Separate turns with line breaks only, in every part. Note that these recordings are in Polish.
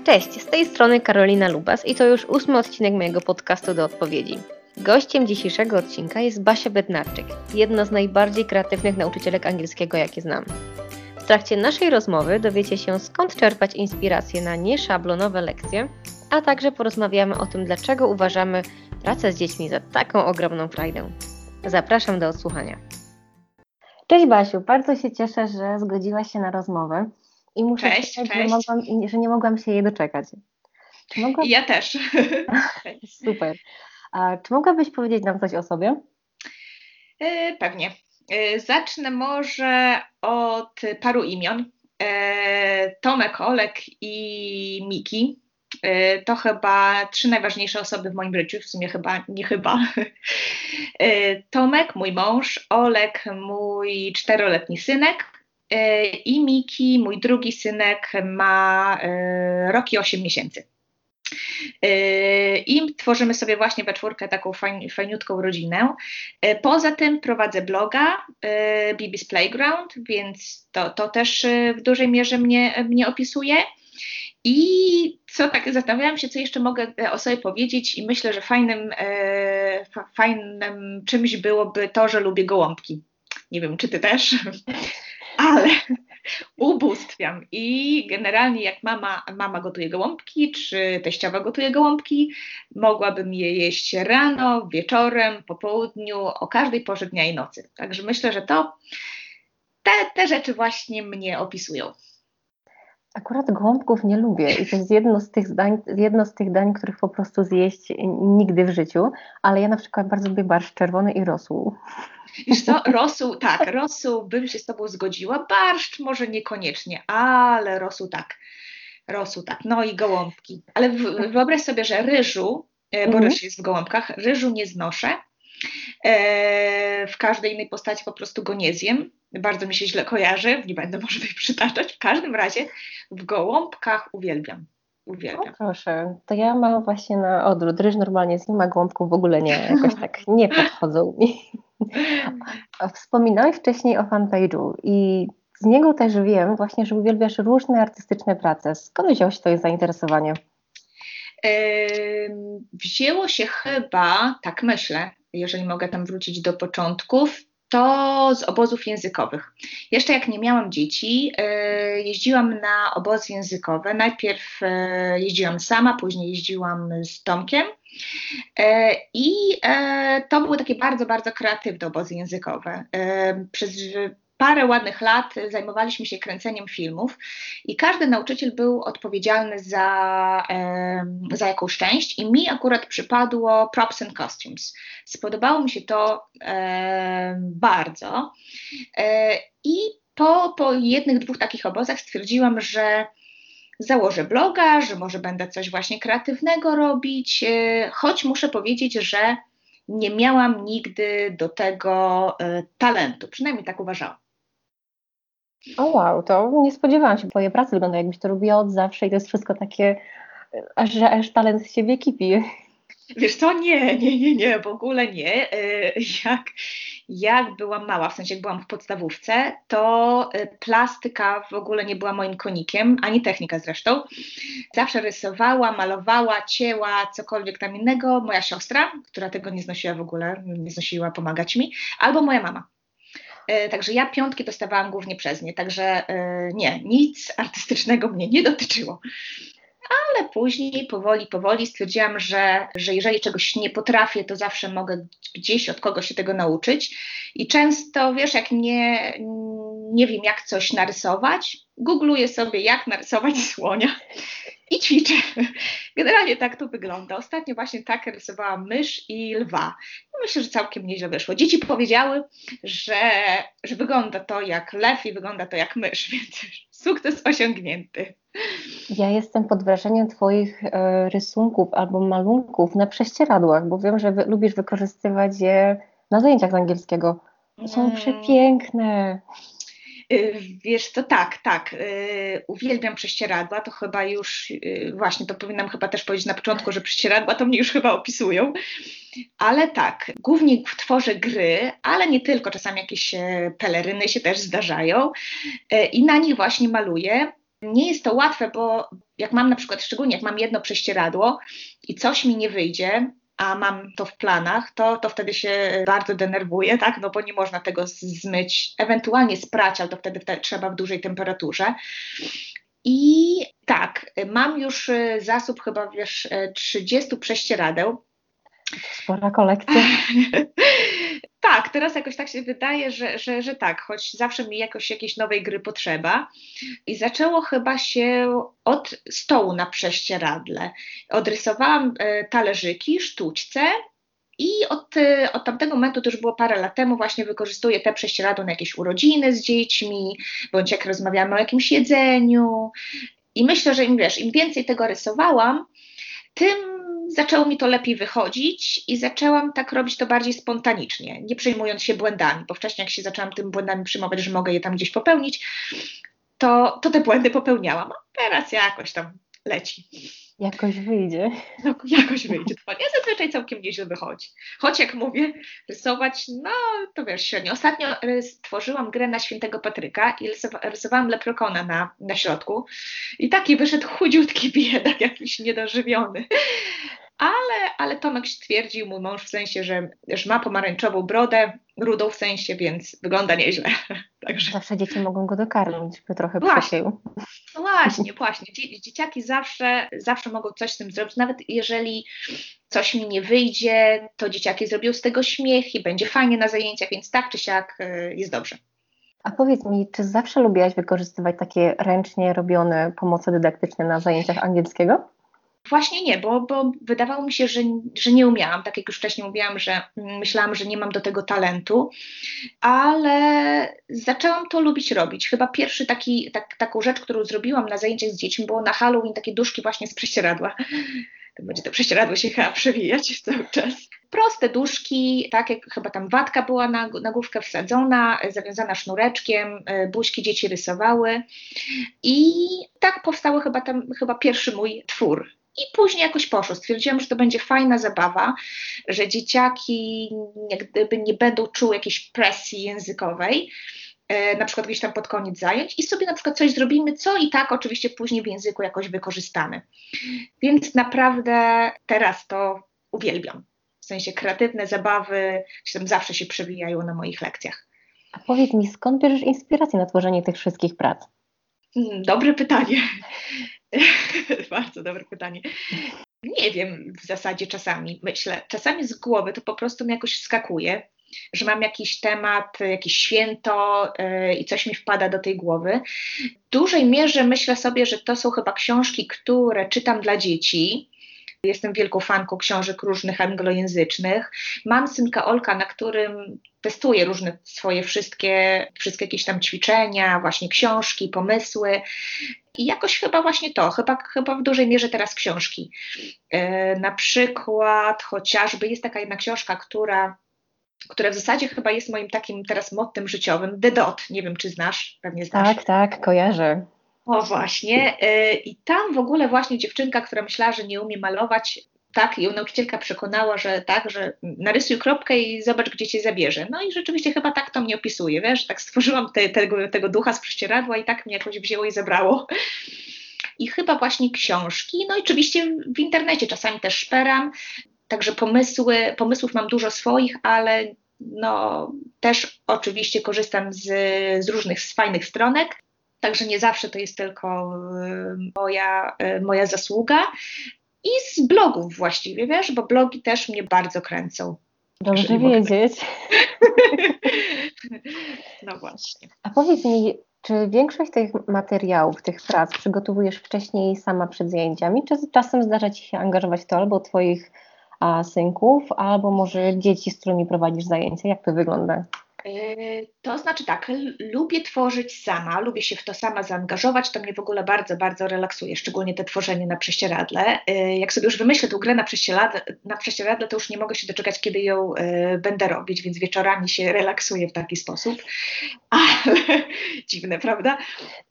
Cześć, z tej strony Karolina Lubas i to już 8. odcinek mojego podcastu do odpowiedzi. Gościem dzisiejszego odcinka jest Basia Bednarczyk, jedna z najbardziej kreatywnych nauczycielek angielskiego, jakie znam. W trakcie naszej rozmowy dowiecie się, skąd czerpać inspiracje na nieszablonowe lekcje, a także porozmawiamy o tym, dlaczego uważamy pracę z dziećmi za taką ogromną frajdę. Zapraszam do odsłuchania. Cześć Basiu, bardzo się cieszę, że zgodziłaś się na rozmowę. I muszę powiedzieć, że nie mogłam się jej doczekać.
Ja też.
Super. A czy mogłabyś powiedzieć nam coś o sobie?
Pewnie. Zacznę może od paru imion. Tomek, Olek i Miki. To chyba 3 najważniejsze osoby w moim życiu, w sumie nie chyba. Tomek, mój mąż, Olek, mój 4-letni synek i Miki, mój drugi synek, ma rok i 8 miesięcy. I tworzymy sobie właśnie we czwórkę taką fajniutką rodzinę. Poza tym prowadzę bloga Bibi's Playground, więc to też w dużej mierze mnie opisuje. I co tak zastanawiałam się, co jeszcze mogę o sobie powiedzieć i myślę, że fajnym czymś byłoby to, że lubię gołąbki. Nie wiem, czy ty też, ale ubóstwiam i generalnie jak mama gotuje gołąbki, czy teściowa gotuje gołąbki, mogłabym je jeść rano, wieczorem, po południu, o każdej porze dnia i nocy. Także myślę, że te rzeczy właśnie mnie opisują.
Akurat gołąbków nie lubię i to jest jedno z tych dań, których po prostu zjeść nigdy w życiu, ale ja na przykład bardzo lubię barszcz czerwony i rosół.
Wiesz co, rosół bym się z tobą zgodziła, barszcz może niekoniecznie, ale rosół tak, no i gołąbki. Ale wyobraź sobie, że ryżu, bo ryż jest w gołąbkach, ryżu nie znoszę, w każdej innej postaci po prostu go nie zjem, bardzo mi się źle kojarzy, nie będę może tutaj przytaczać, w każdym razie w gołąbkach uwielbiam.
O, proszę, to ja mam właśnie na odwrót, ryż normalnie zjem, a gołąbków w ogóle nie, jakoś tak nie podchodzą mi. Wspominałeś wcześniej o fanpage'u i z niego też wiem właśnie, że uwielbiasz różne artystyczne prace. Skąd wzięło się to zainteresowanie?
Wzięło się chyba, tak myślę, jeżeli mogę tam wrócić do początków, to z obozów językowych. Jeszcze jak nie miałam dzieci, jeździłam na obozy językowe. Najpierw jeździłam sama, później jeździłam z Tomkiem. I to były takie bardzo, bardzo kreatywne obozy językowe. Przez parę ładnych lat zajmowaliśmy się kręceniem filmów i każdy nauczyciel był odpowiedzialny za jakąś część i mi akurat przypadło props and costumes. Spodobało mi się to bardzo i po 1-2 takich obozach stwierdziłam, że założę bloga, że może będę coś właśnie kreatywnego robić, choć muszę powiedzieć, że nie miałam nigdy do tego talentu, przynajmniej tak uważałam.
O wow, to nie spodziewałam się. Twoje prace wyglądają, jakbyś to robiła od zawsze i to jest wszystko takie, aż talent z siebie kipi.
Wiesz co, nie, w ogóle nie. Jak byłam mała, w sensie jak byłam w podstawówce, to plastyka w ogóle nie była moim konikiem, ani technika zresztą. Zawsze rysowała, malowała, cięła, cokolwiek tam innego. Moja siostra, która tego nie znosiła w ogóle, nie znosiła pomagać mi, albo moja mama. Także ja 5 dostawałam głównie przez nie, także nie, nic artystycznego mnie nie dotyczyło. Ale później powoli stwierdziłam, że jeżeli czegoś nie potrafię, to zawsze mogę gdzieś od kogoś się tego nauczyć. I często, wiesz, jak nie wiem, jak coś narysować, googluję sobie, jak narysować słonia i ćwiczę. Generalnie tak to wygląda. Ostatnio właśnie tak rysowałam mysz i lwa. Myślę, że całkiem nieźle wyszło. Dzieci powiedziały, że wygląda to jak lew i wygląda to jak mysz, więc sukces osiągnięty.
Ja jestem pod wrażeniem Twoich rysunków albo malunków na prześcieradłach, bo wiem, że lubisz wykorzystywać je na zajęciach z angielskiego. To są przepiękne.
Wiesz co, tak, uwielbiam prześcieradła, to chyba już, właśnie to powinnam chyba też powiedzieć na początku, że prześcieradła to mnie już chyba opisują, ale tak, głównie tworzę gry, ale nie tylko, czasami jakieś peleryny się też zdarzają i na nich właśnie maluję. Nie jest to łatwe, bo jak mam na przykład, szczególnie jak mam jedno prześcieradło i coś mi nie wyjdzie, a mam to w planach, to wtedy się bardzo denerwuję, tak? No bo nie można tego zmyć, ewentualnie sprać, ale to wtedy trzeba w dużej temperaturze. I tak, mam już zasób chyba, wiesz, 30 prześcieradeł.
Spora kolekcja.
Tak, teraz jakoś tak się wydaje, że tak, choć zawsze mi jakoś jakiejś nowej gry potrzeba. I zaczęło chyba się od stołu na prześcieradle. Odrysowałam talerzyki, sztućce i od tamtego momentu, to już było parę lat temu, właśnie wykorzystuję te prześcieradło na jakieś urodziny z dziećmi, bądź jak rozmawiamy o jakimś jedzeniu. I myślę, że im więcej tego rysowałam, tym zaczęło mi to lepiej wychodzić i zaczęłam tak robić to bardziej spontanicznie, nie przejmując się błędami, bo wcześniej jak się zaczęłam tym błędami przejmować, że mogę je tam gdzieś popełnić, to te błędy popełniałam, a teraz jakoś tam leci.
Jakoś wyjdzie.
No, jakoś wyjdzie. To nie zazwyczaj całkiem nieźle wychodzi. Choć jak mówię, rysować, no to wiesz, średnio. Ostatnio stworzyłam grę na Świętego Patryka i rysowałam leprekona na środku i taki wyszedł chudziutki biedak, jakiś niedożywiony. Ale Tomek stwierdził, mój mąż, w sensie, że ma pomarańczową brodę, rudą w sensie, więc wygląda nieźle. Także
Zawsze dzieci mogą go dokarmić, by trochę
właśnie,
przykrył.
no właśnie. Dzieciaki zawsze mogą coś z tym zrobić, nawet jeżeli coś mi nie wyjdzie, to dzieciaki zrobią z tego śmiech i będzie fajnie na zajęciach, więc tak czy siak jest dobrze.
A powiedz mi, czy zawsze lubiłaś wykorzystywać takie ręcznie robione pomoce dydaktyczne na zajęciach angielskiego?
Właśnie nie, bo wydawało mi się, że nie umiałam, tak jak już wcześniej mówiłam, że myślałam, że nie mam do tego talentu, ale zaczęłam to lubić robić. Chyba pierwszy taką rzecz, którą zrobiłam na zajęciach z dziećmi, było na Halloween takie duszki właśnie z prześcieradła. Będzie to prześcieradło się chyba przewijać cały czas. Proste duszki, tak jak chyba tam watka była na główkę wsadzona, zawiązana sznureczkiem, buźki dzieci rysowały i tak powstały chyba pierwszy mój twór. I później jakoś poszło. Stwierdziłam, że to będzie fajna zabawa, że dzieciaki jak gdyby nie będą czuły jakiejś presji językowej, na przykład gdzieś tam pod koniec zajęć i sobie na przykład coś zrobimy, co i tak oczywiście później w języku jakoś wykorzystamy. Więc naprawdę teraz to uwielbiam. W sensie kreatywne zabawy tam zawsze się przewijają na moich lekcjach.
A powiedz mi, skąd bierzesz inspirację na tworzenie tych wszystkich prac?
Dobre pytanie. Bardzo dobre pytanie. Nie wiem w zasadzie czasami, myślę. Czasami z głowy to po prostu mi jakoś wskakuje, że mam jakiś temat, jakieś święto i coś mi wpada do tej głowy. W dużej mierze myślę sobie, że to są chyba książki, które czytam dla dzieci. Jestem wielką fanką książek różnych anglojęzycznych. Mam synka Olka, na którym testuję różne swoje wszystkie jakieś tam ćwiczenia, właśnie książki, pomysły. I jakoś chyba właśnie to, chyba w dużej mierze teraz książki. Na przykład chociażby jest taka jedna książka, która w zasadzie chyba jest moim takim teraz mottem życiowym, The Dot, nie wiem czy znasz, pewnie znasz.
Tak, kojarzę.
O właśnie, i tam w ogóle właśnie dziewczynka, która myślała, że nie umie malować, tak, ją nauczycielka przekonała, że tak, że narysuj kropkę i zobacz, gdzie cię zabierze. No i rzeczywiście chyba tak to mnie opisuje, wiesz, tak stworzyłam tego ducha z prześcieradła i tak mnie jakoś wzięło i zabrało. I chyba właśnie książki, no i oczywiście w internecie czasami też szperam, także pomysłów mam dużo swoich, ale no też oczywiście korzystam z różnych fajnych stronek, także nie zawsze to jest tylko moja zasługa. I z blogów właściwie, wiesz, bo blogi też mnie bardzo kręcą.
Dobrze wiedzieć.
No właśnie.
A powiedz mi, czy większość tych materiałów, tych prac przygotowujesz wcześniej sama przed zajęciami, czy czasem zdarza Ci się angażować w to albo Twoich synków, albo może dzieci, z którymi prowadzisz zajęcia? Jak to wygląda?
To znaczy tak, lubię tworzyć sama, lubię się w to sama zaangażować, to mnie w ogóle bardzo, bardzo relaksuje, szczególnie te tworzenie na prześcieradle. Jak sobie już wymyślę tę grę na prześcieradle, to już nie mogę się doczekać, kiedy ją będę robić, więc wieczorami się relaksuję w taki sposób. Ale dziwne, prawda?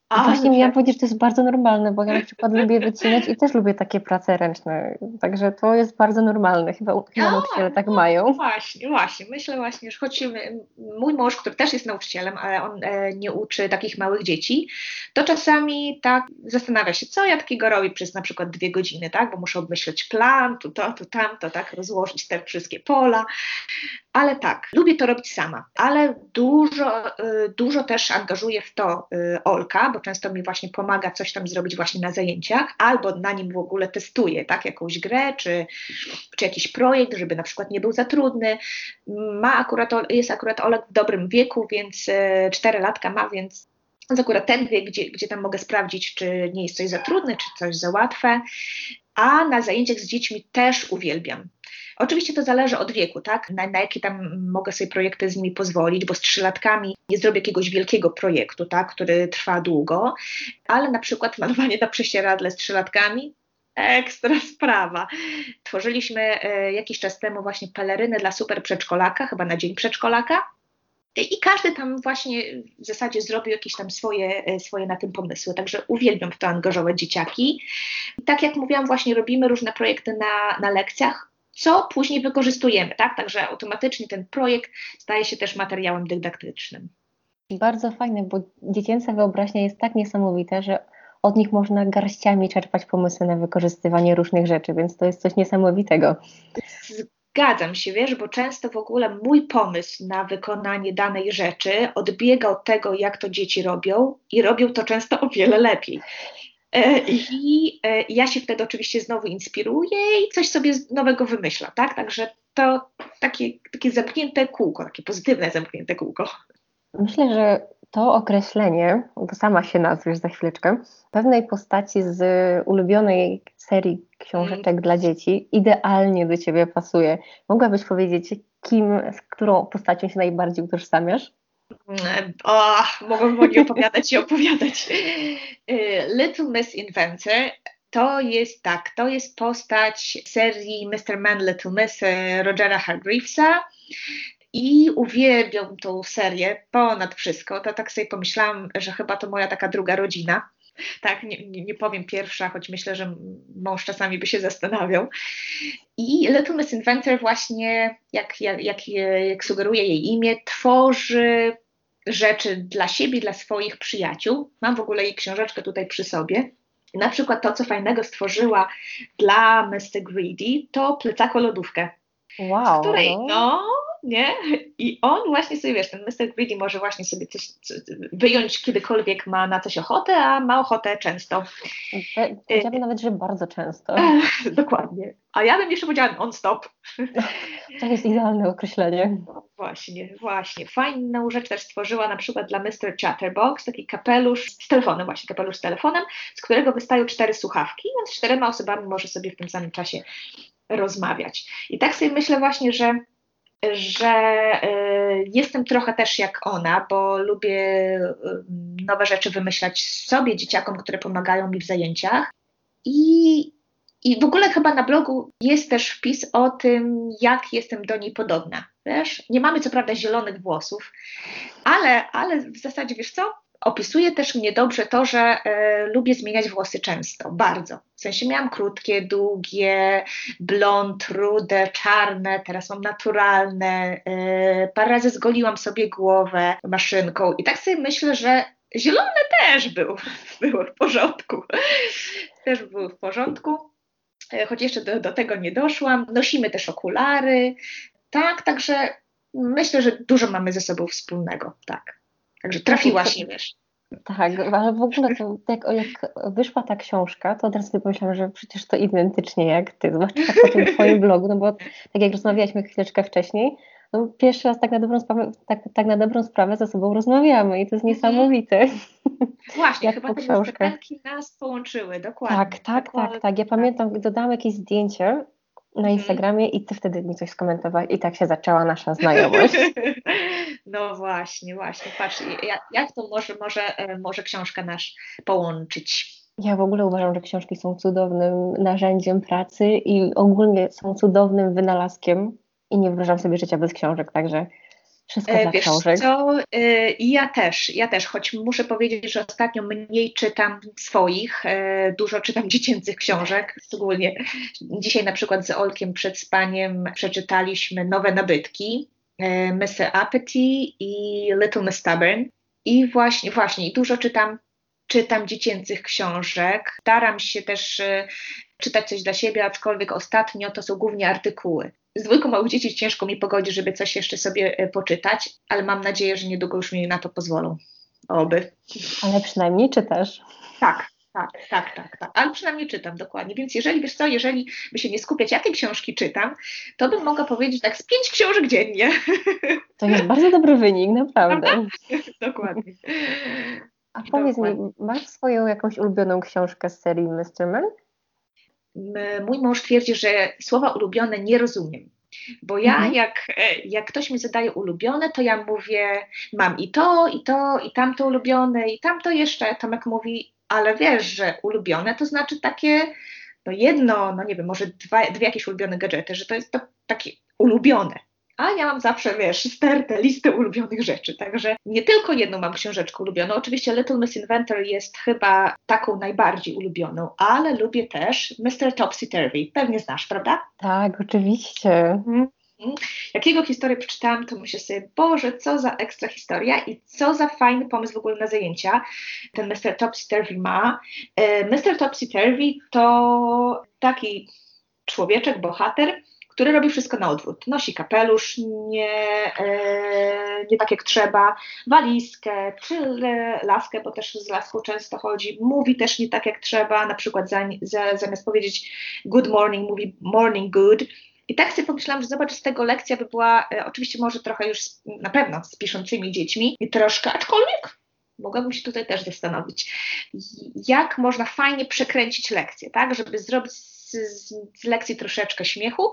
Właśnie
Ale
miałam powiedzieć, że to jest bardzo normalne, bo ja na przykład lubię wycinać i też lubię takie prace ręczne. Także to jest bardzo normalne. Chyba nauczyciele tak
no
mają.
właśnie. Myślę właśnie, że choć mój mąż, który też jest nauczycielem, ale on nie uczy takich małych dzieci, to czasami tak zastanawia się, co ja takiego robię przez na przykład 2 godziny, tak? Bo muszę obmyśleć plan, tu tamto, tak? Rozłożyć te wszystkie pola. Ale tak, lubię to robić sama, ale dużo też angażuję w to Olka, bo często mi właśnie pomaga coś tam zrobić właśnie na zajęciach, albo na nim w ogóle testuję, tak, jakąś grę, czy jakiś projekt, żeby na przykład nie był za trudny. Jest akurat Olek w dobrym wieku, więc 4 latka ma, więc to jest akurat ten wiek, gdzie tam mogę sprawdzić, czy nie jest coś za trudne, czy coś za łatwe. A na zajęciach z dziećmi też uwielbiam. Oczywiście to zależy od wieku, tak? Na jakie tam mogę sobie projekty z nimi pozwolić, bo z 3 latkami nie zrobię jakiegoś wielkiego projektu, tak? Który trwa długo, ale na przykład malowanie na prześcieradle z 3 latkami, ekstra sprawa. Tworzyliśmy jakiś czas temu właśnie peleryny dla super przedszkolaka, chyba na dzień przedszkolaka. I każdy tam właśnie w zasadzie zrobił jakieś tam swoje na tym pomysły, także uwielbiam w to angażować dzieciaki. I tak jak mówiłam, właśnie robimy różne projekty na lekcjach, co później wykorzystujemy, tak? Także automatycznie ten projekt staje się też materiałem dydaktycznym.
Bardzo fajne, bo dziecięca wyobraźnia jest tak niesamowita, że od nich można garściami czerpać pomysły na wykorzystywanie różnych rzeczy, więc to jest coś niesamowitego.
Zgadzam się, wiesz, bo często w ogóle mój pomysł na wykonanie danej rzeczy odbiega od tego, jak to dzieci robią i robią to często o wiele lepiej. I ja się wtedy oczywiście znowu inspiruję i coś sobie nowego wymyślam, tak? Także to takie zamknięte kółko, takie pozytywne zamknięte kółko.
Myślę, że to określenie, bo sama się nazwiesz za chwileczkę, pewnej postaci z ulubionej serii książeczek dla dzieci idealnie do ciebie pasuje. Mogłabyś powiedzieć, z którą postacią się najbardziej utożsamiasz?
O, mogłabym o niej opowiadać i opowiadać. Little Miss Inventor to jest postać serii Mr. Man, Little Miss Rogera Hargreavesa i uwielbiam tą serię ponad wszystko. To tak sobie pomyślałam, że chyba to moja taka druga rodzina. Tak, nie powiem pierwsza, choć myślę, że mąż czasami by się zastanawiał. I Little Miss Inventor właśnie, jak sugeruje jej imię, tworzy rzeczy dla siebie, dla swoich przyjaciół. Mam w ogóle jej książeczkę tutaj przy sobie. Na przykład to, co fajnego stworzyła dla Mr. Greedy, to plecako-lodówkę, z
Wow,
której,
no.
no, nie? I on właśnie sobie, wiesz, ten Mr. Greedy może właśnie sobie coś wyjąć, kiedykolwiek ma na coś ochotę, a ma ochotę często.
Powiedziałabym nawet, że bardzo często.
Dokładnie. A ja bym jeszcze powiedziała non-stop.
To jest idealne określenie.
Właśnie. Fajną rzecz też stworzyła na przykład dla Mr. Chatterbox, taki kapelusz z telefonem, właśnie kapelusz z telefonem, z którego wystają 4 słuchawki, więc 4 osobami może sobie w tym samym czasie rozmawiać. I tak sobie myślę właśnie, że jestem trochę też jak ona, bo lubię nowe rzeczy wymyślać sobie, dzieciakom, które pomagają mi w zajęciach. I w ogóle chyba na blogu jest też wpis o tym, jak jestem do niej podobna. Wiesz? Nie mamy co prawda zielonych włosów, ale w zasadzie wiesz co? Opisuje też mnie dobrze to, że lubię zmieniać włosy często, bardzo. W sensie miałam krótkie, długie, blond, rude, czarne, teraz mam naturalne. Parę razy zgoliłam sobie głowę maszynką i tak sobie myślę, że zielone też były w porządku. Też były w porządku. Choć jeszcze do tego nie doszłam. Nosimy też okulary. Tak, także myślę, że dużo mamy ze sobą wspólnego. Tak. Także trafiłaś, nie wiesz.
Tak, ale w ogóle to jak wyszła ta książka, to od razu sobie pomyślałam, że przecież to identycznie jak ty, zwłaszcza po tym twoim blogu, no bo tak jak rozmawialiśmy chwileczkę wcześniej, no pierwszy raz tak na dobrą sprawę ze sobą rozmawiamy i to jest niesamowite.
Właśnie,
Jak
chyba
po
te
książkach.
bohaterki nas połączyły, dokładnie.
Tak. Ja pamiętam, dodałam jakieś zdjęcie na Instagramie i ty wtedy mi coś skomentowałaś i tak się zaczęła nasza znajomość.
No właśnie, patrz, jak to może książka nasz połączyć.
Ja w ogóle uważam, że książki są cudownym narzędziem pracy i ogólnie są cudownym wynalazkiem i nie wyobrażam sobie życia bez książek, także Wszystko dla
Wiesz
książek.
co, ja też, choć muszę powiedzieć, że ostatnio mniej czytam swoich, dużo czytam dziecięcych książek, szczególnie dzisiaj na przykład z Olkiem przed spaniem przeczytaliśmy Nowe nabytki, Mr. Appetite i Little Miss Stubborn i właśnie, i dużo czytam dziecięcych książek, staram się też czytać coś dla siebie, aczkolwiek ostatnio to są głównie artykuły. Z dwójką małych dzieci ciężko mi pogodzić, żeby coś jeszcze sobie poczytać, ale mam nadzieję, że niedługo już mi na to pozwolą. Oby.
Ale przynajmniej czytasz.
Tak. Ale przynajmniej czytam, dokładnie. Więc jeżeli, wiesz co, jeżeli by się nie skupiać, jakie książki czytam, to bym mogła powiedzieć tak z 5 książek dziennie.
To jest bardzo dobry wynik,
Prawda?
naprawdę.
Dokładnie.
A powiedz mi,
Dokładnie.
masz swoją jakąś ulubioną książkę z serii Mr. Man?
Mój mąż twierdzi, że słowa ulubione nie rozumiem. Bo ja, jak ktoś mi zadaje ulubione, to ja mówię, mam i tamto ulubione, i tamto jeszcze. Tomek mówi, ale wiesz, że ulubione to znaczy takie, no jedno, no nie wiem, może dwie jakieś ulubione gadżety, że to jest to takie ulubione. A ja mam zawsze, wiesz, stertę, listę ulubionych rzeczy, także nie tylko jedną mam książeczkę ulubioną. Oczywiście Little Miss Inventor jest chyba taką najbardziej ulubioną, ale lubię też Mr. Topsy-Turvy. Pewnie znasz, prawda?
Tak, oczywiście.
Mhm. Jak jego historię przeczytałam, to myślę sobie, Boże, co za ekstra historia i co za fajny pomysł w ogóle na zajęcia ten Mr. Topsy-Turvy ma. Mr. Topsy-Turvy to taki człowieczek, bohater, który robi wszystko na odwrót. Nosi kapelusz nie tak jak trzeba, walizkę czy laskę, bo też z laską często chodzi, mówi też nie tak jak trzeba, na przykład zamiast powiedzieć good morning, mówi morning good. I tak sobie pomyślałam, że zobacz, z tego lekcja by była, oczywiście może trochę już na pewno z piszącymi dziećmi i troszkę, aczkolwiek mogłabym się tutaj też zastanowić, jak można fajnie przekręcić lekcję, tak, żeby zrobić z lekcji troszeczkę śmiechu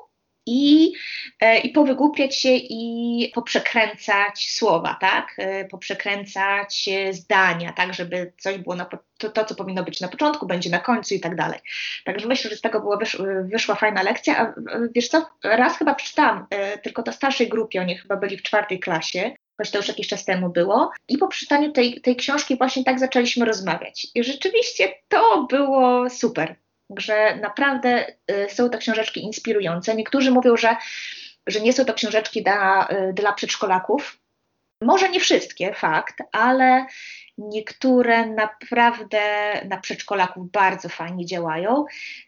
i powygłupiać się i poprzekręcać słowa, tak, poprzekręcać zdania, tak, żeby coś było to, co powinno być na początku, będzie na końcu i tak dalej. Także myślę, że z tego wyszła fajna lekcja, a wiesz co, raz chyba przeczytałam, tylko to starszej grupie, oni chyba byli w 4. klasie, choć to już jakiś czas temu było. I po przeczytaniu tej książki właśnie tak zaczęliśmy rozmawiać. I rzeczywiście to było super, że naprawdę są to książeczki inspirujące. Niektórzy mówią, że nie są to książeczki dla przedszkolaków. Może nie wszystkie, fakt, ale niektóre naprawdę na przedszkolaków bardzo fajnie działają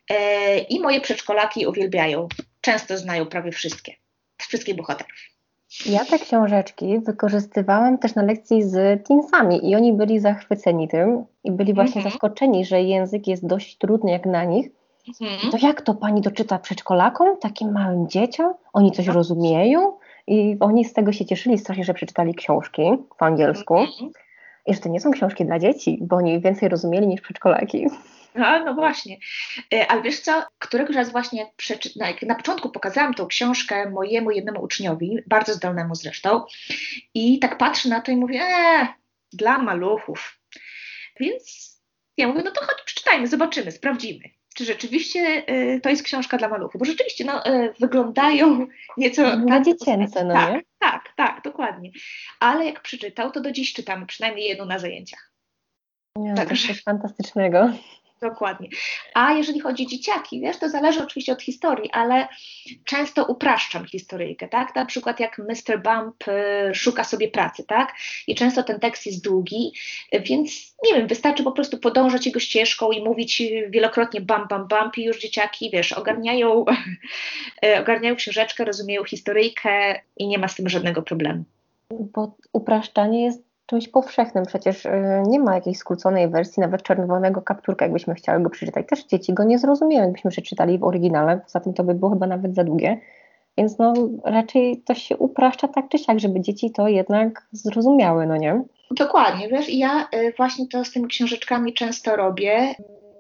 i moje przedszkolaki uwielbiają. Często znają prawie wszystkich bohaterów.
Ja te książeczki wykorzystywałam też na lekcji z teensami i oni byli zachwyceni tym i byli właśnie zaskoczeni, że język jest dość trudny jak na nich. I to jak to pani doczyta przedszkolakom, takim małym dzieciom? Oni coś rozumieją? I oni z tego się cieszyli strasznie, że przeczytali książki po angielsku i że to nie są książki dla dzieci, bo oni więcej rozumieli niż przedszkolaki.
No właśnie, ale wiesz co, któregoś razu właśnie na początku pokazałam tą książkę mojemu jednemu uczniowi, bardzo zdolnemu zresztą, i tak patrzę na to i mówię, dla maluchów. Więc ja mówię, no to chodź, przeczytajmy, zobaczymy, sprawdzimy, czy rzeczywiście to jest książka dla maluchów, bo rzeczywiście wyglądają nieco...
Dla dziecięce, no nie?
Tak, dokładnie. Ale jak przeczytał, to do dziś czytamy przynajmniej jedną na zajęciach.
Nie, to jest coś fantastycznego.
Dokładnie. A jeżeli chodzi o dzieciaki, wiesz, to zależy oczywiście od historii, ale często upraszczam historyjkę, tak? Na przykład jak Mr. Bump szuka sobie pracy, tak? I często ten tekst jest długi, więc nie wiem, wystarczy po prostu podążać jego ścieżką i mówić wielokrotnie bump i już dzieciaki, wiesz, ogarniają książeczkę, rozumieją historyjkę i nie ma z tym żadnego problemu.
Bo upraszczanie jest czymś powszechnym. Przecież nie ma jakiejś skróconej wersji, nawet czerwonego kapturka, jakbyśmy chciały go przeczytać. Też dzieci go nie zrozumieją, jakbyśmy przeczytali w oryginale. Poza tym to by było chyba nawet za długie. Więc no raczej to się upraszcza tak czy siak, żeby dzieci to jednak zrozumiały, no nie?
Dokładnie, wiesz, ja właśnie to z tymi książeczkami często robię.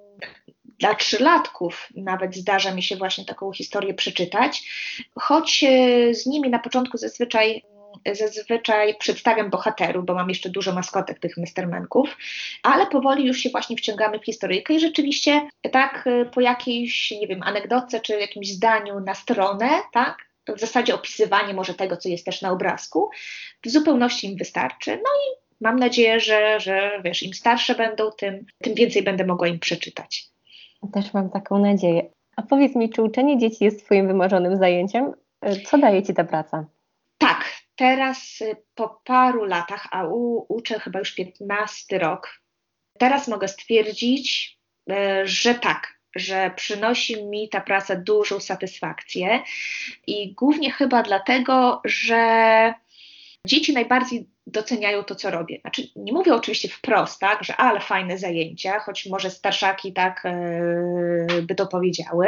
Dla 3-latków nawet zdarza mi się właśnie taką historię przeczytać, choć z nimi na początku zazwyczaj przedstawiam bohaterów, bo mam jeszcze dużo maskotek tych Mistermanków, ale powoli już się właśnie wciągamy w historyjkę i rzeczywiście tak po jakiejś, nie wiem, anegdotce czy jakimś zdaniu na stronę, tak, w zasadzie opisywanie może tego, co jest też na obrazku, w zupełności im wystarczy. No i mam nadzieję, że wiesz, im starsze będą, tym więcej będę mogła im przeczytać.
Też mam taką nadzieję. A powiedz mi, czy uczenie dzieci jest twoim wymarzonym zajęciem? Co daje ci ta praca?
Tak, teraz po paru latach, a uczę chyba już 15 rok, teraz mogę stwierdzić, że tak, że przynosi mi ta praca dużą satysfakcję i głównie chyba dlatego, że dzieci najbardziej doceniają to, co robię. Znaczy, nie mówię oczywiście wprost, tak, że ale fajne zajęcia, choć może starszaki tak by to powiedziały,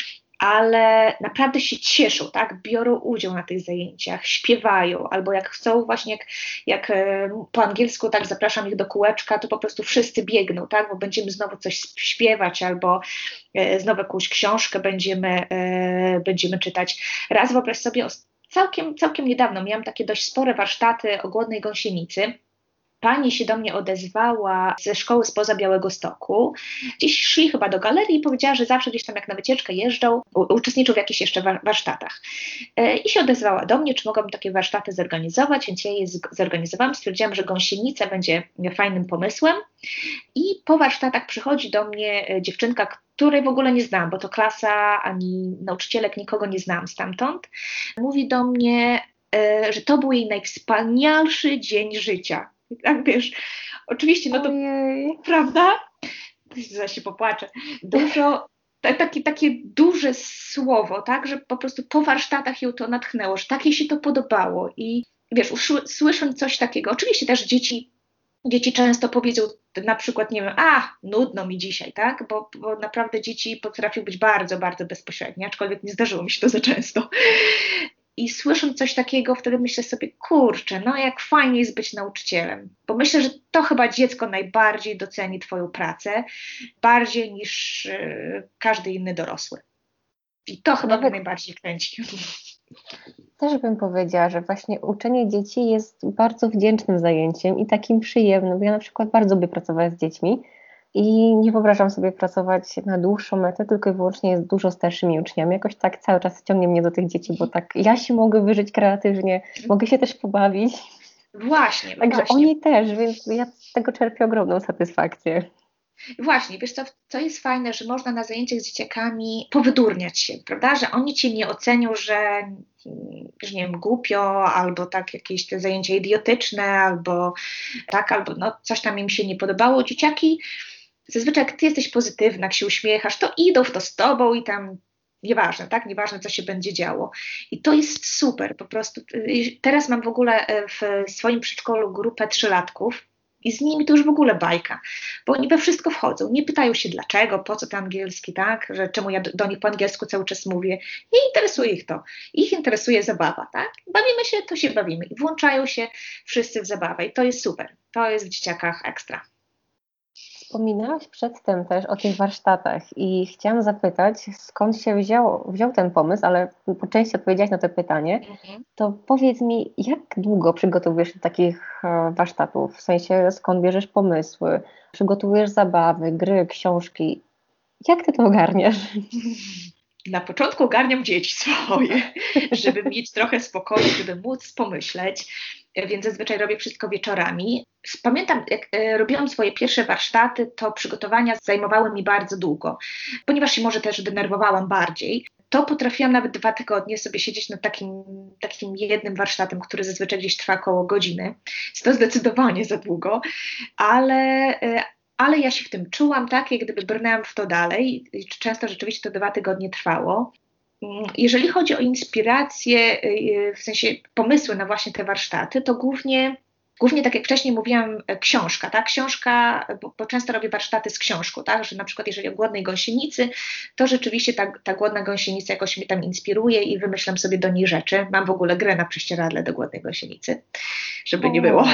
ale naprawdę się cieszą, tak, biorą udział na tych zajęciach, śpiewają, albo jak chcą właśnie, jak po angielsku tak zapraszam ich do kółeczka, to po prostu wszyscy biegną, tak, bo będziemy znowu coś śpiewać, albo znowu jakąś książkę będziemy czytać. Raz wyobraź sobie, całkiem niedawno miałam takie dość spore warsztaty o głodnej gąsienicy. Pani się do mnie odezwała ze szkoły spoza Białegostoku. Gdzieś szli chyba do galerii i powiedziała, że zawsze gdzieś tam jak na wycieczkę jeżdżą, uczestniczą w jakichś jeszcze warsztatach. I się odezwała do mnie, czy mogłabym takie warsztaty zorganizować, więc ja je zorganizowałam. Stwierdziłam, że gąsienica będzie fajnym pomysłem. I po warsztatach przychodzi do mnie dziewczynka, której w ogóle nie znam, bo to klasa ani nauczycielek, nikogo nie znam stamtąd. Mówi do mnie, że to był jej najwspanialszy dzień życia. I tak wiesz, oczywiście, no to
Ojej.
prawda? Zaraz się popłaczę. Takie duże słowo, tak, że po prostu po warsztatach ją to natchnęło, że tak jej się to podobało. I wiesz, słysząc coś takiego, oczywiście też dzieci często powiedzą na przykład, nie wiem, nudno mi dzisiaj, tak? Bo naprawdę dzieci potrafią być bardzo, bardzo bezpośrednie, aczkolwiek nie zdarzyło mi się to za często. I słysząc coś takiego, wtedy myślę sobie, kurczę, no jak fajnie jest być nauczycielem. Bo myślę, że to chyba dziecko najbardziej doceni twoją pracę, bardziej niż każdy inny dorosły. I to chyba mnie najbardziej kręci.
Też bym powiedziała, że właśnie uczenie dzieci jest bardzo wdzięcznym zajęciem i takim przyjemnym. Ja na przykład bardzo lubię pracować z dziećmi i nie wyobrażam sobie pracować na dłuższą metę, tylko i wyłącznie z dużo starszymi uczniami. Jakoś tak cały czas ciągnie mnie do tych dzieci, bo tak ja się mogę wyżyć kreatywnie, mogę się też pobawić.
Właśnie,
Także
właśnie.
oni też, więc ja z tego czerpię ogromną satysfakcję.
Właśnie, wiesz co jest fajne, że można na zajęciach z dzieciakami powydurniać się, prawda, że oni cię nie ocenią, że nie wiem, głupio, albo tak jakieś te zajęcia idiotyczne, albo tak, albo no coś tam im się nie podobało. Dzieciaki zazwyczaj jak ty jesteś pozytywna, jak się uśmiechasz, to idą w to z tobą i tam nieważne, tak, nieważne co się będzie działo. I to jest super, po prostu. Teraz mam w ogóle w swoim przedszkolu grupę trzylatków, i z nimi to już w ogóle bajka, bo oni we wszystko wchodzą, nie pytają się dlaczego, po co to angielski, tak, że czemu ja do nich po angielsku cały czas mówię, nie interesuje ich to, ich interesuje zabawa, tak, bawimy się, to się bawimy i włączają się wszyscy w zabawę i to jest super, to jest w dzieciakach ekstra.
Wspominałaś przedtem też o tych warsztatach i chciałam zapytać, skąd się wziął ten pomysł, ale po części odpowiedziałaś na to pytanie. To powiedz mi, jak długo przygotowujesz do takich warsztatów? W sensie, skąd bierzesz pomysły? Przygotowujesz zabawy, gry, książki? Jak ty to ogarniasz?
Na początku ogarniam dzieci swoje, żeby mieć trochę spokoju, żeby móc pomyśleć, więc zazwyczaj robię wszystko wieczorami. Pamiętam, jak robiłam swoje pierwsze warsztaty, to przygotowania zajmowały mi bardzo długo, ponieważ się może też denerwowałam bardziej. To potrafiłam nawet 2 tygodnie sobie siedzieć nad takim jednym warsztatem, który zazwyczaj gdzieś trwa około godziny. Jest to zdecydowanie za długo, ale ja się w tym czułam, tak, jak gdyby brnęłam w to dalej. Często rzeczywiście to 2 tygodnie trwało. Jeżeli chodzi o inspirację, w sensie pomysły na właśnie te warsztaty, to głównie tak jak wcześniej mówiłam, książka, tak? Książka, bo często robię warsztaty z książką, tak? Że na przykład jeżeli o głodnej gąsienicy, to rzeczywiście ta głodna gąsienica jakoś mnie tam inspiruje i wymyślam sobie do niej rzeczy. Mam w ogóle grę na prześcieradle do głodnej gąsienicy, żeby nie było.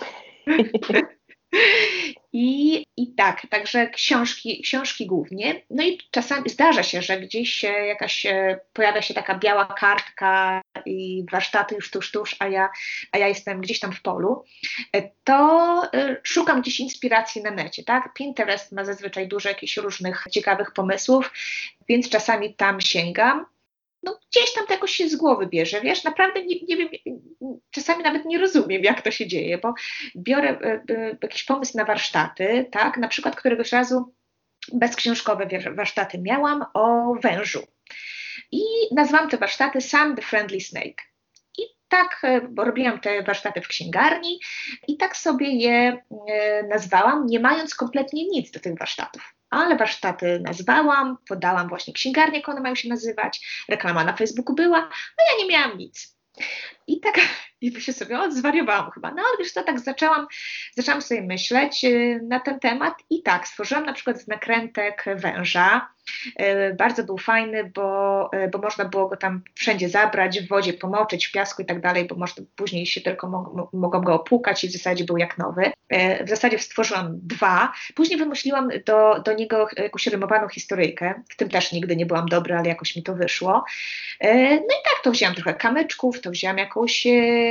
I tak, także książki głównie. No i czasami zdarza się, że gdzieś pojawia się taka biała kartka i warsztaty już tuż, a ja jestem gdzieś tam w polu. To szukam gdzieś inspiracji na necie, tak? Pinterest ma zazwyczaj dużo jakichś różnych ciekawych pomysłów, więc czasami tam sięgam. no gdzieś tam to jakoś się z głowy bierze, wiesz, naprawdę nie wiem, czasami nawet nie rozumiem, jak to się dzieje, bo biorę jakiś pomysł na warsztaty, tak, na przykład któregoś razu bezksiążkowe warsztaty miałam o wężu i nazwałam te warsztaty Sam the Friendly Snake. I tak, bo robiłam te warsztaty w księgarni i tak sobie je nazwałam, nie mając kompletnie nic do tych warsztatów. Ale warsztaty nazwałam, podałam właśnie księgarnię, jak one mają się nazywać, reklama na Facebooku była, no ja nie miałam nic. I tak, i się sobie zwariowałam chyba. No ale wiesz co, tak zaczęłam sobie myśleć na ten temat i tak, stworzyłam na przykład z nakrętek węża. Bardzo był fajny, bo można było go tam wszędzie zabrać, w wodzie pomoczyć, w piasku i tak dalej, bo można, później się tylko mogłam go opłukać i w zasadzie był jak nowy. W zasadzie stworzyłam 2. Później wymyśliłam do niego jakąś rymowaną historyjkę. W tym też nigdy nie byłam dobra, ale jakoś mi to wyszło. No i tak, to wzięłam trochę kamyczków, to wzięłam jakąś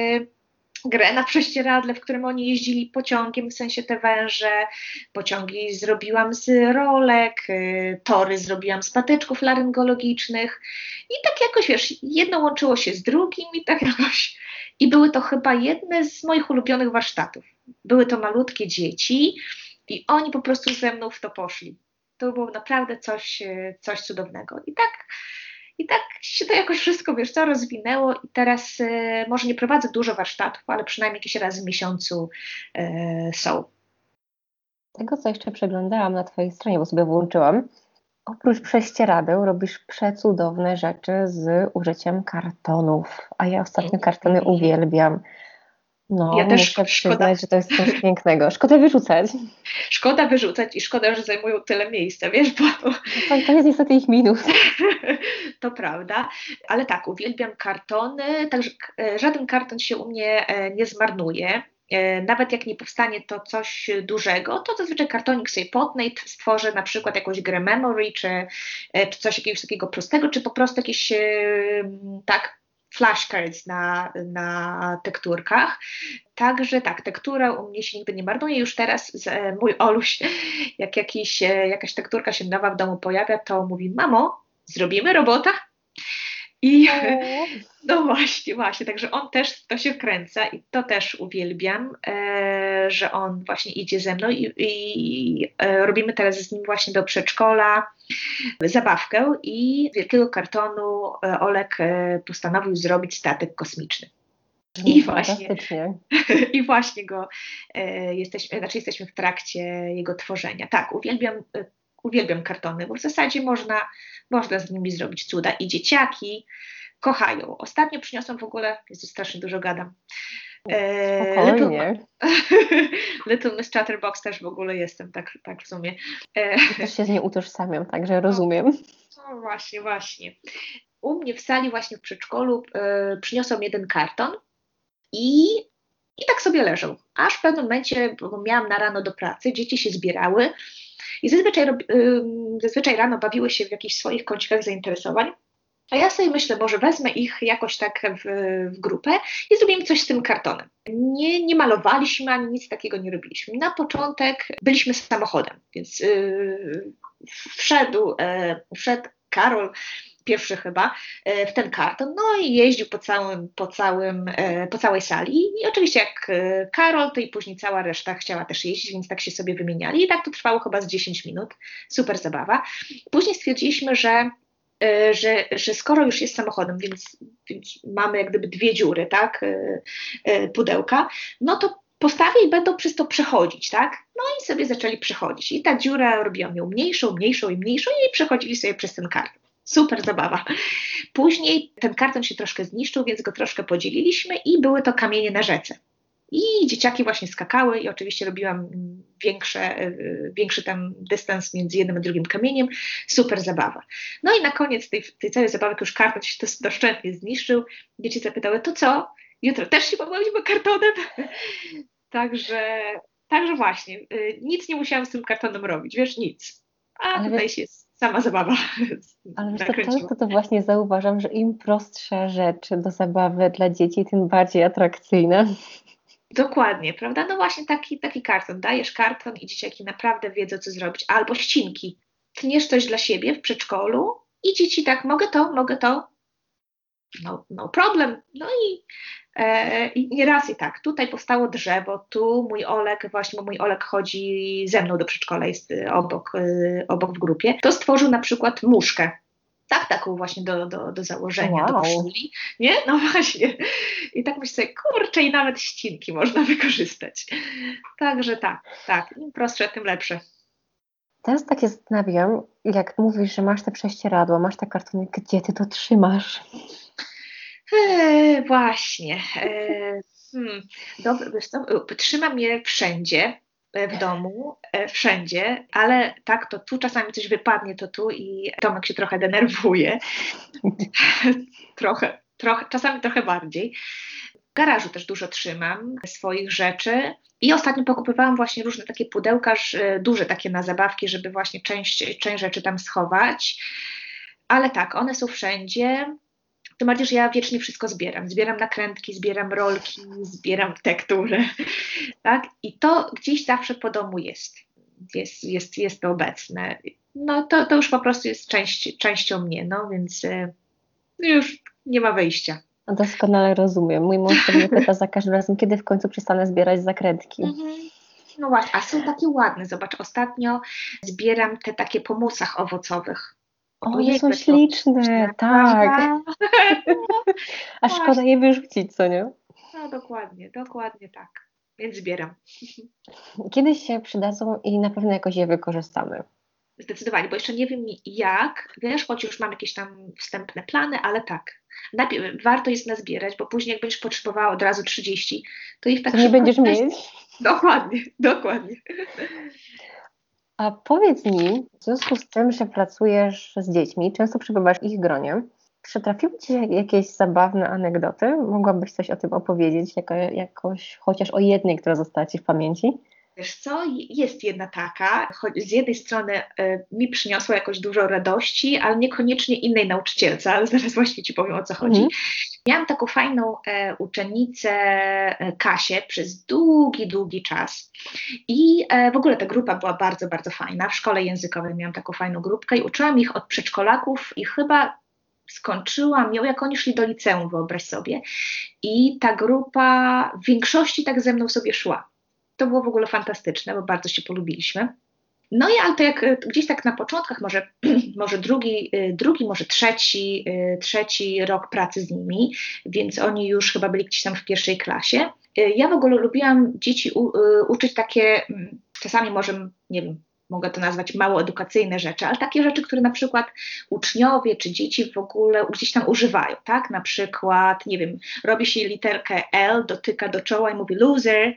grę na prześcieradle, w którym oni jeździli pociągiem, w sensie te węże, pociągi zrobiłam z rolek, tory zrobiłam z patyczków laryngologicznych i tak jakoś, wiesz, jedno łączyło się z drugim i tak jakoś, i były to chyba jedne z moich ulubionych warsztatów. Były to malutkie dzieci i oni po prostu ze mną w to poszli. To było naprawdę coś cudownego. I tak się to jakoś wszystko, wiesz co, rozwinęło i teraz może nie prowadzę dużo warsztatów, ale przynajmniej jakiś raz w miesiącu są.
Tego, co jeszcze przeglądałam na Twojej stronie, bo sobie włączyłam, oprócz prześcieradeł robisz przecudowne rzeczy z użyciem kartonów, a ja ostatnio kartony uwielbiam. No,
Ja też
muszę przyznać, że to jest coś pięknego. Szkoda wyrzucać.
Szkoda wyrzucać i szkoda, że zajmują tyle miejsca, wiesz, bo
To jest niestety ich minus.
to prawda, ale tak, uwielbiam kartony, także żaden karton się u mnie nie zmarnuje. Nawet jak nie powstanie to coś dużego, to zazwyczaj kartonik sobie potnę i stworzę na przykład jakąś grę memory, czy coś jakiegoś takiego prostego, czy po prostu jakieś tak flashcards na tekturkach. Także tak, tektura u mnie się nigdy nie marnuje. Już teraz mój Oluś, jak jakaś tekturka się nowa w domu pojawia, to mówi: mamo, zrobimy robota? I
O.
no właśnie, także on też w to się wkręca i to też uwielbiam, że on właśnie idzie ze mną i robimy teraz z nim właśnie do przedszkola zabawkę i z wielkiego kartonu Olek postanowił zrobić statek kosmiczny. I właśnie,
Fantastycznie.
i właśnie jesteśmy w trakcie jego tworzenia. Tak, uwielbiam kartony, bo w zasadzie można z nimi zrobić cuda i dzieciaki kochają. Ostatnio przyniosłam w ogóle, jest strasznie dużo gadam.
Spokojnie.
Little Miss Chatterbox też w ogóle jestem, tak w sumie.
Ja też się z nią utożsamiam, także rozumiem.
No właśnie. U mnie w sali właśnie w przedszkolu przyniosłam jeden karton i tak sobie leżał. Aż w pewnym momencie, bo miałam na rano do pracy, dzieci się zbierały i zazwyczaj rano bawiły się w jakichś swoich kącikach zainteresowań. A ja sobie myślę, może wezmę ich jakoś tak w grupę i zrobimy coś z tym kartonem. Nie malowaliśmy ani nic takiego nie robiliśmy. Na początek byliśmy samochodem, więc wszedł Karol, pierwszy chyba, w ten karton, no i jeździł po całej sali i oczywiście jak Karol, to i później cała reszta chciała też jeździć, więc tak się sobie wymieniali i tak to trwało chyba z 10 minut, super zabawa. Później stwierdziliśmy, że skoro już jest samochodem, więc mamy jak gdyby 2 dziury, tak, pudełka, no to postawię i będą przez to przechodzić, tak? No i sobie zaczęli przechodzić. I ta dziura robiła ją mniejszą i przechodzili sobie przez ten karton. Super zabawa. Później ten karton się troszkę zniszczył, więc go troszkę podzieliliśmy i były to kamienie na rzece. I dzieciaki właśnie skakały i oczywiście robiłam większy tam dystans między jednym a drugim kamieniem. Super zabawa. No i na koniec tej całej zabawy, jak już karton się doszczętnie zniszczył, dzieci zapytały: to co? Jutro też się pobawimy kartonem? Także właśnie, nic nie musiałam z tym kartonem robić, wiesz, nic. A
Ale
tutaj
wiesz,
się sama zabawa
ale wiesz, to
nakręciła.
często to właśnie zauważam, że im prostsza rzecz do zabawy dla dzieci, tym bardziej atrakcyjna.
Dokładnie, prawda? No właśnie taki karton. Dajesz karton i dzieciaki naprawdę wiedzą, co zrobić. Albo ścinki. Tniesz coś dla siebie w przedszkolu i dzieci tak: mogę to, no problem. No i nieraz i tak. Tutaj powstało drzewo, tu mój Olek, właśnie bo mój Olek chodzi ze mną do przedszkola, jest obok w grupie, to stworzył na przykład muszkę. Tak, taką właśnie do założenia, do
Wow.
koszuli, nie? No właśnie. I tak myślę sobie, kurczę, i nawet ścinki można wykorzystać. Także tak, im prostsze, tym lepsze.
Teraz tak się zastanawiam, jak mówisz, że masz te prześcieradła, masz te kartony, gdzie ty to trzymasz?
Właśnie. Dobrze, wiesz co, trzymam je wszędzie w domu, wszędzie, ale tak, to tu czasami coś wypadnie, to tu i Tomek się trochę denerwuje. Czasami trochę bardziej. W garażu też dużo trzymam swoich rzeczy i ostatnio pokupywałam właśnie różne takie pudełka, duże takie na zabawki, żeby właśnie część rzeczy tam schować. Ale tak, one są wszędzie. Tym bardziej, że ja wiecznie wszystko zbieram. Zbieram nakrętki, zbieram rolki, zbieram tektury, tak? I to gdzieś zawsze po domu jest. Jest to obecne. No to już po prostu jest częścią mnie, no więc już nie ma wyjścia.
Doskonale rozumiem. Mój mąż się mnie pyta za każdym razem, kiedy w końcu przestanę zbierać zakrętki.
No właśnie, a są takie ładne. Zobacz, ostatnio zbieram te takie po musach owocowych.
O, one
Ojej,
są
to
śliczne, tak.
prawda?
A szkoda je wyrzucić, co nie?
No dokładnie tak. Więc zbieram.
Kiedyś się przydadzą i na pewno jakoś je wykorzystamy.
Zdecydowanie, bo jeszcze nie wiem jak, wiesz, choć już mam jakieś tam wstępne plany, ale tak. Najpierw warto jest nazbierać, bo później jak będziesz potrzebowała od razu 30, to ich tak
Co nie
szybko
będziesz mieć?
Dokładnie.
A powiedz mi, w związku z tym, że pracujesz z dziećmi, często przebywasz w ich gronie, przytrafiły Ci się jakieś zabawne anegdoty? Mogłabyś coś o tym opowiedzieć, jakoś, chociaż o jednej, która została Ci w pamięci?
Wiesz co, jest jedna taka, choć z jednej strony mi przyniosła jakoś dużo radości, ale niekoniecznie innej nauczycielce, ale zaraz właśnie Ci powiem, o co chodzi. Miałam taką fajną uczennicę Kasię przez długi czas i w ogóle ta grupa była bardzo, bardzo fajna. W szkole językowej miałam taką fajną grupkę i uczyłam ich od przedszkolaków i chyba skończyłam ją, jak oni szli do liceum, wyobraź sobie. I ta grupa w większości tak ze mną sobie szła. To było w ogóle fantastyczne, bo bardzo się polubiliśmy. No i ale to jak gdzieś tak na początkach, może drugi, może trzeci rok pracy z nimi, więc oni już chyba byli gdzieś tam w pierwszej klasie. Ja w ogóle lubiłam dzieci uczyć takie, czasami może, nie wiem, mogę to nazwać mało edukacyjne rzeczy, ale takie rzeczy, które na przykład uczniowie czy dzieci w ogóle gdzieś tam używają, tak? Na przykład, nie wiem, robi się literkę L, dotyka do czoła i mówi loser,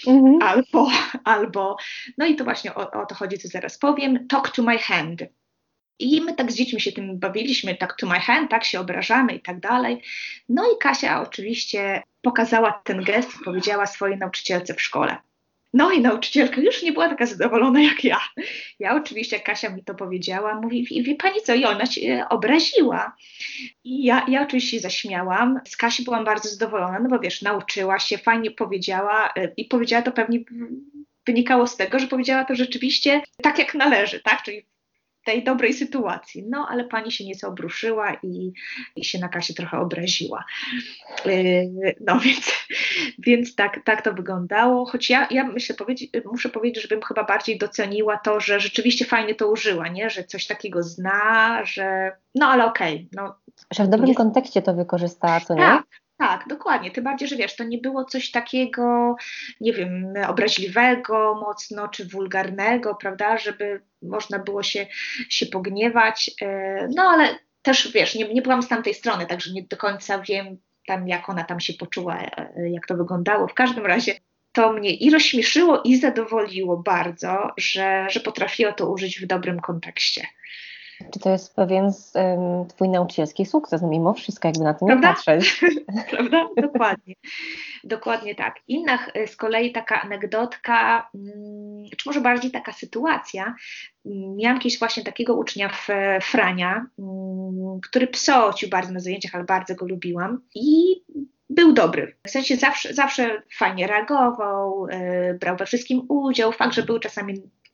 albo, no i to właśnie o to chodzi, co zaraz powiem, talk to my hand. I my tak z dziećmi się tym bawiliśmy, tak to my hand, tak się obrażamy i tak dalej. No i Kasia oczywiście pokazała ten gest i powiedziała swojej nauczycielce w szkole. No i nauczycielka już nie była taka zadowolona jak ja. Ja oczywiście, jak Kasia mi to powiedziała, mówi, wie pani co, i ona się obraziła. I ja oczywiście się zaśmiałam. Z Kasi byłam bardzo zadowolona, no bo wiesz, nauczyła się, fajnie powiedziała i powiedziała to pewnie wynikało z tego, że powiedziała to rzeczywiście tak jak należy, tak? Czyli tej dobrej sytuacji. No, ale pani się nieco obruszyła i się na Kasię trochę obraziła. No, więc tak to wyglądało. Choć ja muszę powiedzieć, żebym chyba bardziej doceniła to, że rzeczywiście fajnie to użyła, nie? Że coś takiego zna, że no, ale okej. No,
że w dobrym kontekście to wykorzystała, co nie?
Tak, dokładnie. Tym bardziej, że wiesz, to nie było coś takiego, nie wiem, obraźliwego mocno, czy wulgarnego, prawda, żeby można było się pogniewać. No ale też, wiesz, nie byłam z tamtej strony, także nie do końca wiem tam, jak ona tam się poczuła, jak to wyglądało. W każdym razie to mnie i rozśmieszyło, i zadowoliło bardzo, że potrafiła to użyć w dobrym kontekście.
Czy to jest pewien twój nauczycielski sukces, mimo wszystko, jakby na to nie patrzeć.
Prawda? Dokładnie tak. Inna z kolei taka anegdotka, czy może bardziej taka sytuacja. Miałam kiedyś właśnie takiego ucznia Frania, który psocił bardzo na zajęciach, ale bardzo go lubiłam i był dobry. W sensie zawsze fajnie reagował, brał we wszystkim udział. Fakt, że były czasami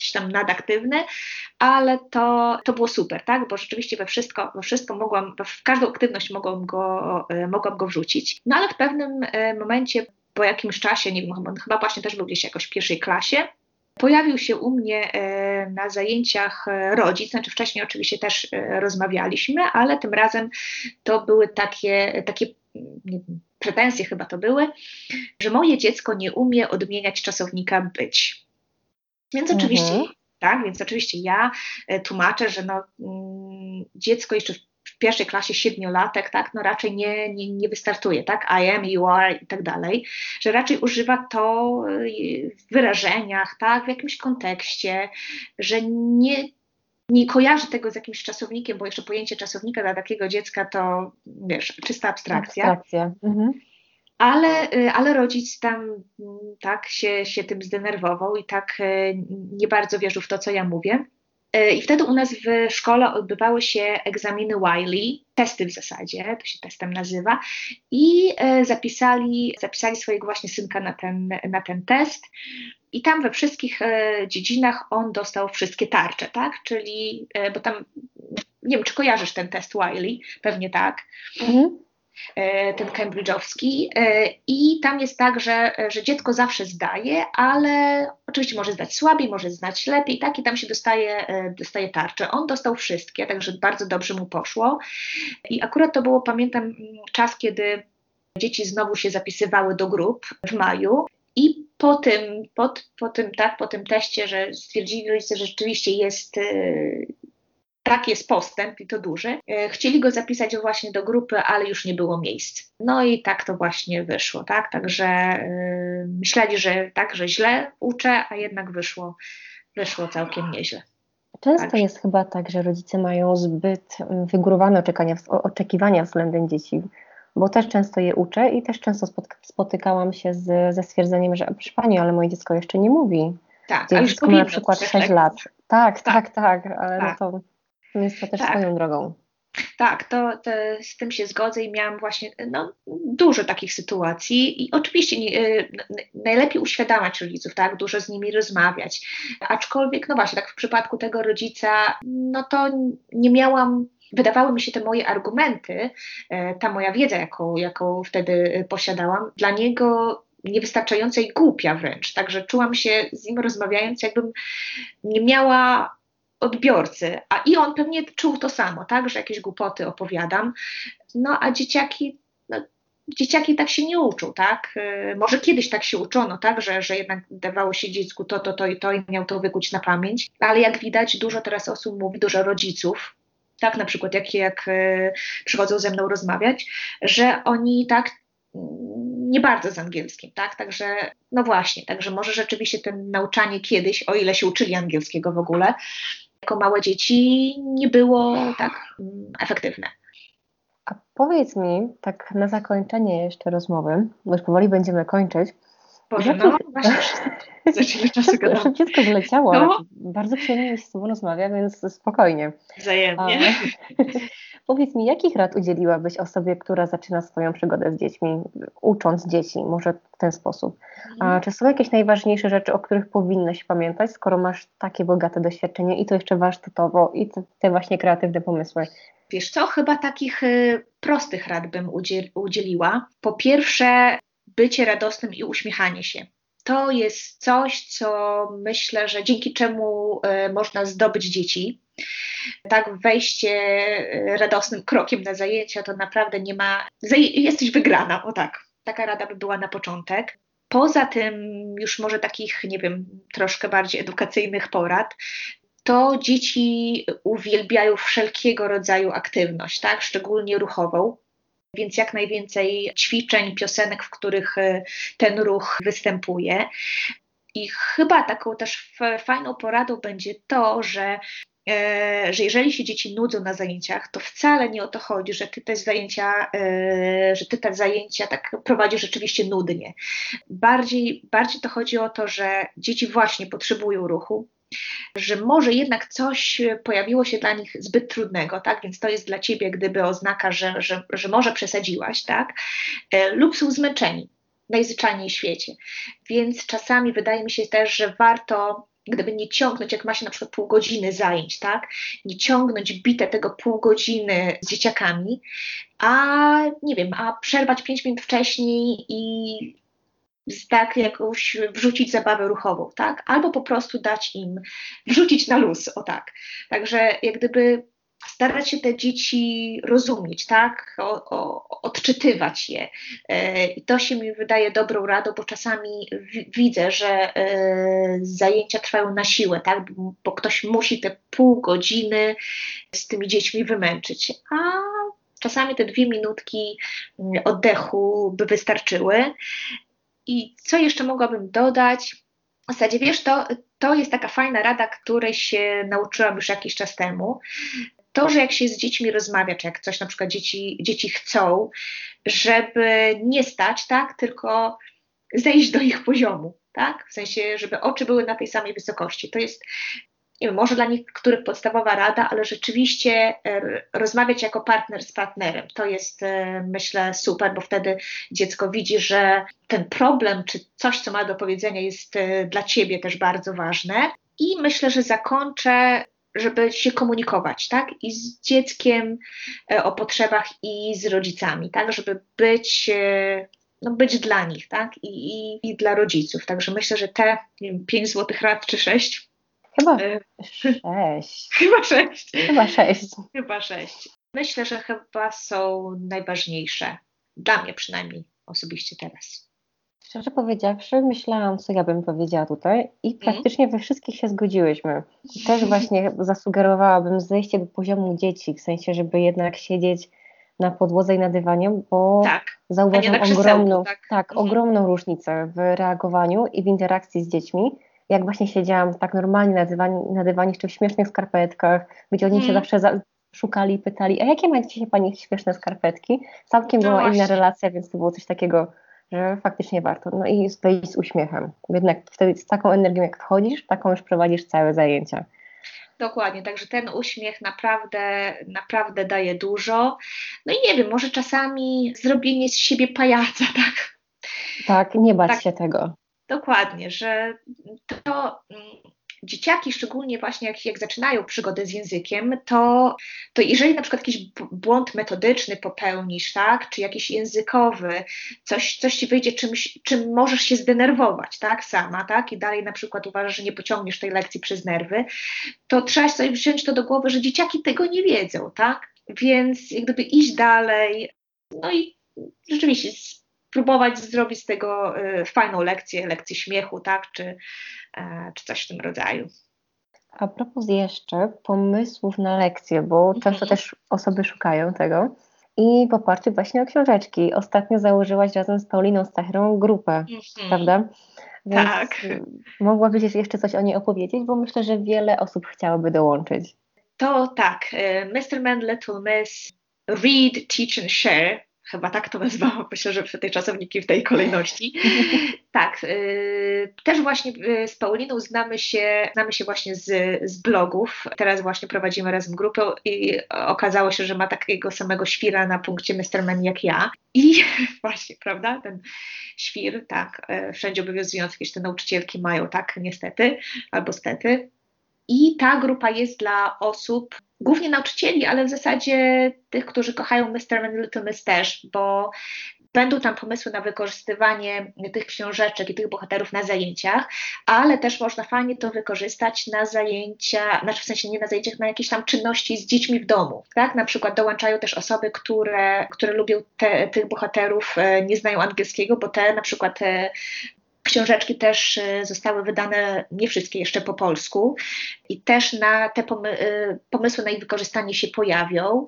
gdzieś tam nadaktywny, ale to było super, tak? Bo rzeczywiście we wszystko w każdą aktywność mogłam go wrzucić. No ale w pewnym momencie, po jakimś czasie, nie wiem, chyba właśnie też był gdzieś jakoś w pierwszej klasie, pojawił się u mnie na zajęciach rodzic, znaczy wcześniej oczywiście też rozmawialiśmy, ale tym razem to były takie nie wiem, pretensje chyba to były, że moje dziecko nie umie odmieniać czasownika być. Więc oczywiście, tak, więc oczywiście ja tłumaczę, że dziecko jeszcze w pierwszej klasie 7-latek, tak, no raczej nie wystartuje, tak, I am, you are i tak dalej, że raczej używa to w wyrażeniach, tak, w jakimś kontekście, że nie kojarzy tego z jakimś czasownikiem, bo jeszcze pojęcie czasownika dla takiego dziecka to, wiesz, czysta abstrakcja.
Abstrakcja.
Ale rodzic tam tak się tym zdenerwował i tak nie bardzo wierzył w to, co ja mówię. I wtedy u nas w szkole odbywały się egzaminy Wiley, testy w zasadzie, to się testem nazywa, i zapisali swojego właśnie synka na ten test. I tam we wszystkich dziedzinach on dostał wszystkie tarcze, tak? Czyli, bo tam, nie wiem, czy kojarzysz ten test Wiley? Pewnie tak. Ten cambridge'owski i tam jest tak, że dziecko zawsze zdaje, ale oczywiście może zdać słabiej, może zdać lepiej, tak, i tam się dostaje tarczę. On dostał wszystkie, także bardzo dobrze mu poszło i akurat to było, pamiętam, czas, kiedy dzieci znowu się zapisywały do grup w maju i po tym teście, że stwierdzili rodzice, że rzeczywiście jest postęp i to duży. Chcieli go zapisać właśnie do grupy, ale już nie było miejsc. No i tak to właśnie wyszło, tak? Także myśleli, że źle uczę, a jednak wyszło całkiem nieźle.
Często jest chyba tak, że rodzice mają zbyt wygórowane oczekiwania względem dzieci, bo też często je uczę i też często spotykałam się ze stwierdzeniem, że proszę pani, ale moje dziecko jeszcze nie mówi.
Tak,
Gdzie
ale
dziecko ma na przykład 6 lat. Tak, ale
tak.
no to jest to też swoją drogą.
Tak, z tym się zgodzę i miałam właśnie dużo takich sytuacji i oczywiście najlepiej uświadamiać rodziców, tak, dużo z nimi rozmawiać, aczkolwiek no właśnie tak w przypadku tego rodzica, no to nie miałam, wydawały mi się te moje argumenty, ta moja wiedza, jaką wtedy posiadałam, dla niego niewystarczająca i głupia wręcz, także czułam się z nim rozmawiając, jakbym nie miała odbiorcy, i on pewnie czuł to samo, tak, że jakieś głupoty opowiadam, no a dzieciaki tak się nie uczą, tak, może kiedyś tak się uczono, tak, że jednak dawało się dziecku to i miał to wykuć na pamięć, ale jak widać dużo teraz osób mówi, dużo rodziców, tak, na przykład jak przychodzą ze mną rozmawiać, że oni tak nie bardzo z angielskim, tak, także no właśnie, także może rzeczywiście to nauczanie kiedyś, o ile się uczyli angielskiego w ogóle, jako małe dzieci nie było tak efektywne.
A powiedz mi, tak na zakończenie jeszcze rozmowy, bo już powoli będziemy kończyć.
Boże, właśnie zaczęli czasu gadać.
Szybciutko zleciało, ale bardzo przyjemnie mi się z Tobą rozmawia, więc spokojnie.
Wzajemnie.
Powiedz mi, jakich rad udzieliłabyś osobie, która zaczyna swoją przygodę z dziećmi, ucząc dzieci, może w ten sposób? A czy są jakieś najważniejsze rzeczy, o których powinnaś pamiętać, skoro masz takie bogate doświadczenie i to jeszcze warsztatowo i te właśnie kreatywne pomysły?
Wiesz co, chyba takich prostych rad bym udzieliła. Po pierwsze, bycie radosnym i uśmiechanie się. To jest coś, co myślę, że dzięki czemu można zdobyć dzieci. Tak, wejście radosnym krokiem na zajęcia to naprawdę nie ma, jesteś wygrana, o tak. Taka rada by była na początek. Poza tym już może takich, nie wiem, troszkę bardziej edukacyjnych porad, to dzieci uwielbiają wszelkiego rodzaju aktywność, tak, szczególnie ruchową. Więc jak najwięcej ćwiczeń, piosenek, w których ten ruch występuje. I chyba taką też fajną poradą będzie to, że jeżeli się dzieci nudzą na zajęciach, to wcale nie o to chodzi, że ty te zajęcia tak prowadzisz rzeczywiście nudnie. Bardziej to chodzi o to, że dzieci właśnie potrzebują ruchu, że może jednak coś pojawiło się dla nich zbyt trudnego, tak? Więc to jest dla ciebie gdyby oznaka, że może przesadziłaś, tak? Lub są zmęczeni najzwyczajniej w świecie. Więc czasami wydaje mi się też, że warto gdyby nie ciągnąć, jak ma się na przykład pół godziny zajęć, tak? Nie ciągnąć bite tego pół godziny z dzieciakami, a nie wiem, a przerwać 5 minut wcześniej i tak jakąś wrzucić zabawę ruchową, tak? Albo po prostu dać im wrzucić na luz, o tak. Także jak gdyby starać się te dzieci rozumieć, tak? Odczytywać je. I to się mi wydaje dobrą radą, bo czasami widzę, że zajęcia trwają na siłę, tak? Bo ktoś musi te pół godziny z tymi dziećmi wymęczyć, a czasami te 2 minutki oddechu by wystarczyły. I co jeszcze mogłabym dodać? W zasadzie wiesz, to jest taka fajna rada, której się nauczyłam już jakiś czas temu. To, że jak się z dziećmi rozmawia, czy jak coś na przykład dzieci chcą, żeby nie stać, tak, tylko zejść do ich poziomu, tak? W sensie, żeby oczy były na tej samej wysokości. To jest, nie wiem, może dla niektórych podstawowa rada, ale rzeczywiście rozmawiać jako partner z partnerem. To jest, myślę, super, bo wtedy dziecko widzi, że ten problem, czy coś, co ma do powiedzenia, jest dla ciebie też bardzo ważne. I myślę, że zakończę, żeby się komunikować, tak? I z dzieckiem o potrzebach, i z rodzicami, tak? Żeby być, no, być dla nich, tak? I dla rodziców. Także myślę, że te, nie wiem, 5 złotych rad czy 6.
Chyba
Y,
6.
Chyba 6.
Chyba 6.
Chyba 6. Myślę, że chyba są najważniejsze. Dla mnie przynajmniej osobiście teraz.
Szczerze powiedziawszy, myślałam, co ja bym powiedziała tutaj i
Mm?
praktycznie we wszystkich się zgodziłyśmy. Też właśnie zasugerowałabym zejście do poziomu dzieci, w sensie, żeby jednak siedzieć na podłodze i na dywanie, bo
Tak. A nie
zauważam
na krzesełku, tak?
ogromną różnicę w reagowaniu i w interakcji z dziećmi. Jak właśnie siedziałam tak normalnie na dywanie jeszcze w śmiesznych skarpetkach, gdzie oni się zawsze szukali, pytali, a jakie macie dzisiaj pani śmieszne skarpetki? Całkiem
No
była inna
właśnie.
relacja, więc to było coś takiego, że faktycznie warto. No i wejść z uśmiechem. Jednak wtedy z taką energią jak wchodzisz, taką już prowadzisz całe zajęcia.
Dokładnie, także ten uśmiech naprawdę, naprawdę daje dużo. No i nie wiem, może czasami zrobienie z siebie pajaca, tak?
Tak, nie bać
Tak,
się tego.
dokładnie, że to dzieciaki, szczególnie właśnie jak zaczynają przygodę z językiem, to jeżeli na przykład jakiś błąd metodyczny popełnisz, tak, czy jakiś językowy, coś ci wyjdzie, czym możesz się zdenerwować, tak, sama, tak, i dalej na przykład uważasz, że nie pociągniesz tej lekcji przez nerwy, to trzeba sobie wziąć to do głowy, że dzieciaki tego nie wiedzą, tak, więc jak gdyby iść dalej, no i rzeczywiście próbować zrobić z tego fajną lekcję śmiechu, tak, czy coś w tym rodzaju.
A propos jeszcze pomysłów na lekcje, bo często też osoby szukają tego i w oparciu właśnie o książeczki. Ostatnio założyłaś razem z Pauliną Stachrą grupę, prawda? Więc
Tak.
mogłabyś jeszcze coś o niej opowiedzieć, bo myślę, że wiele osób chciałoby dołączyć.
To tak, Mr. Man, Little Miss, Read, Teach and Share, chyba tak to nazwałam, myślę, że te czasowniki w tej kolejności. Tak, też właśnie z Pauliną znamy się właśnie z blogów. Teraz właśnie prowadzimy razem grupę i okazało się, że ma takiego samego świra na punkcie Mr. Man jak ja. I właśnie, prawda, ten świr, tak, wszędzie obowiązujące jakieś te nauczycielki mają, tak, niestety, albo stety. I ta grupa jest dla osób, głównie nauczycieli, ale w zasadzie tych, którzy kochają Mr. Man Little Miss też, bo będą tam pomysły na wykorzystywanie tych książeczek i tych bohaterów na zajęciach, ale też można fajnie to wykorzystać na zajęcia, znaczy w sensie nie na zajęciach, na jakieś tam czynności z dziećmi w domu. Tak? Na przykład dołączają też osoby, które lubią tych bohaterów, nie znają angielskiego, bo te na przykład książeczki też zostały wydane, nie wszystkie jeszcze po polsku, i też na te pomysły na ich wykorzystanie się pojawią.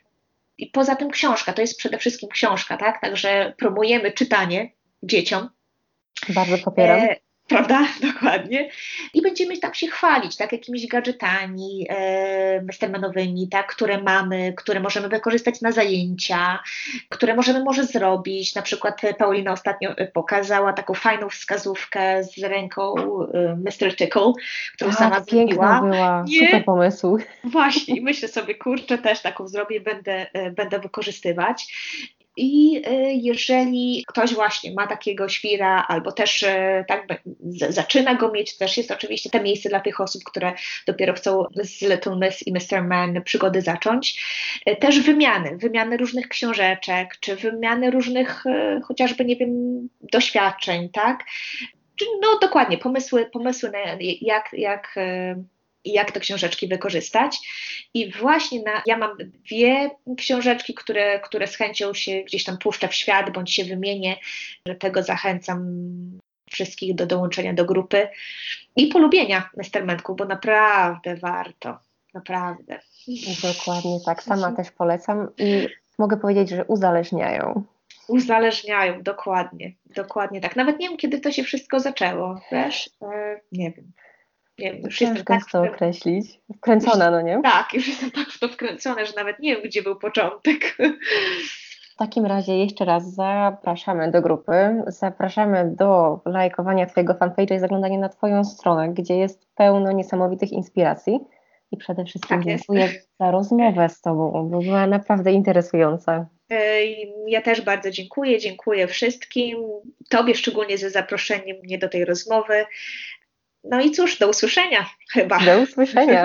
I poza tym książka, to jest przede wszystkim książka, tak? Także promujemy czytanie dzieciom.
Bardzo popieram.
Prawda? Dokładnie. I będziemy tam się chwalić, tak, jakimiś gadżetami mastermanowymi, tak, które mamy, które możemy wykorzystać na zajęcia, które możemy może zrobić. Na przykład Paulina ostatnio pokazała taką fajną wskazówkę z ręką Mr. Tickle, którą sama
piękna
zrobiła.
była, super pomysł.
Właśnie, i myślę sobie, kurczę, też taką zrobię, będę wykorzystywać. I jeżeli ktoś właśnie ma takiego świra, albo też zaczyna go mieć, też jest oczywiście to miejsce dla tych osób, które dopiero chcą z Little Miss i Mr. Man przygody zacząć. Też wymiany różnych książeczek, czy wymiany różnych chociażby, nie wiem, doświadczeń, tak? No dokładnie, pomysły na jak te książeczki wykorzystać. I właśnie ja mam 2 książeczki, które z chęcią się gdzieś tam puszczę w świat, bądź się wymienię. Dlatego zachęcam wszystkich do dołączenia do grupy i polubienia Mestermentków, bo naprawdę warto. Naprawdę.
Dokładnie tak, sama też polecam i mogę powiedzieć, że uzależniają.
Uzależniają, dokładnie tak. Nawet nie wiem, kiedy to się wszystko zaczęło, wiesz? Nie wiem. Nie wiem, już jestem
Ciężko jest to określić. Wkręcona, no nie?
Tak, już jestem tak w to wkręcona, że nawet nie wiem, gdzie był początek.
W takim razie jeszcze raz zapraszamy do grupy, zapraszamy do lajkowania Twojego fanpage'a i zaglądania na Twoją stronę, gdzie jest pełno niesamowitych inspiracji. I przede wszystkim
Tak jest.
dziękuję za rozmowę z Tobą, bo była naprawdę interesująca.
Ja też bardzo dziękuję wszystkim. Tobie szczególnie za zaproszenie mnie do tej rozmowy. No i cóż, do usłyszenia chyba.
Do usłyszenia.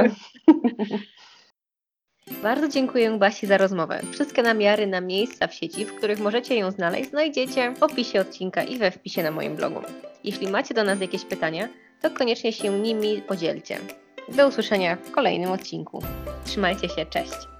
Bardzo dziękuję Basi za rozmowę. Wszystkie namiary na miejsca w sieci, w których możecie ją znaleźć, znajdziecie w opisie odcinka i we wpisie na moim blogu. Jeśli macie do nas jakieś pytania, to koniecznie się nimi podzielcie. Do usłyszenia w kolejnym odcinku. Trzymajcie się, cześć!